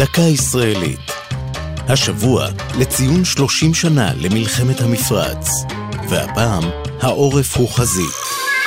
דקה ישראלית. השבוע לציון 30 שנה למלחמת המפרץ, והפעם העורף הוא חזית.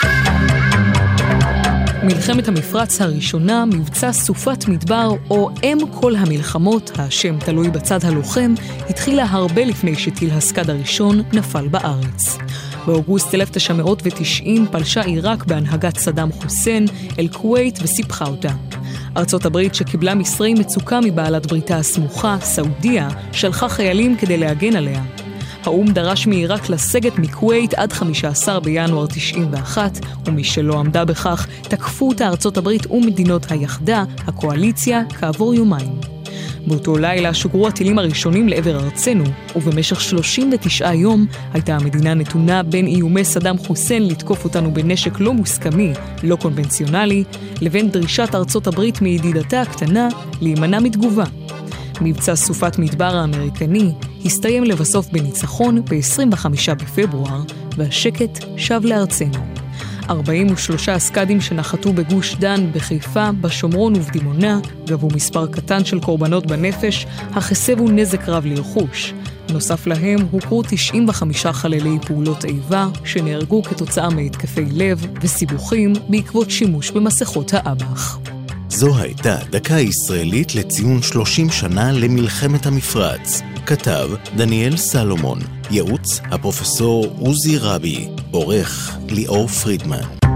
מלחמת המפרץ הראשונה, מבצע סופת מדבר או אם כל המלחמות, השם תלוי בצד הלוחם, התחילה הרבה לפני שטיל הסקאד הראשון נפל בארץ. באוגוסט 1990 פלשה עיראק בהנהגת סדאם חוסיין אל כווית וסיפחה אותה. ארצות הברית שקיבלה מסרי מצוקה מבעלת בריתה הסמוכה, סעודיה, שלחה חיילים כדי להגן עליה. האום דרש מעיראק לסגת מכווית עד 15 בינואר 91, ומי שלא עמדה בכך, תקפו אותה ארצות הברית ומדינות היחדה, הקואליציה, כעבור יומיים. באותו לילה שוגרו הטילים הראשונים לעבר ארצנו, ובמשך 39 יום הייתה המדינה נתונה בין איומי סדאם חוסיין לתקוף אותנו בנשק לא מוסכמי, לא קונבנציונלי, לבין דרישת ארצות הברית מידידתה הקטנה להימנע מתגובה. מבצע סופת מדבר האמריקני הסתיים לבסוף בניצחון ב-25 בפברואר, והשקט שב לארצנו. 43 הסקאדים שנחתו בגוש דן, בחיפה, בשומרון ובדימונה, גבו מספר קטן של קורבנות בנפש, אך הסבו נזק רב לרכוש. נוסף להם הוכרו 95 חללי פעולות איבה, שנהרגו כתוצאה מהתקפי לב וסיבוכים בעקבות שימוש במסכות האב"ח. זו הייתה דקה ישראלית לציון 30 שנה למלחמת המפרץ. כתב דניאל סלומון, ייעוץ הפרופסור עוזי רבי, עורך ליאור פרידמן.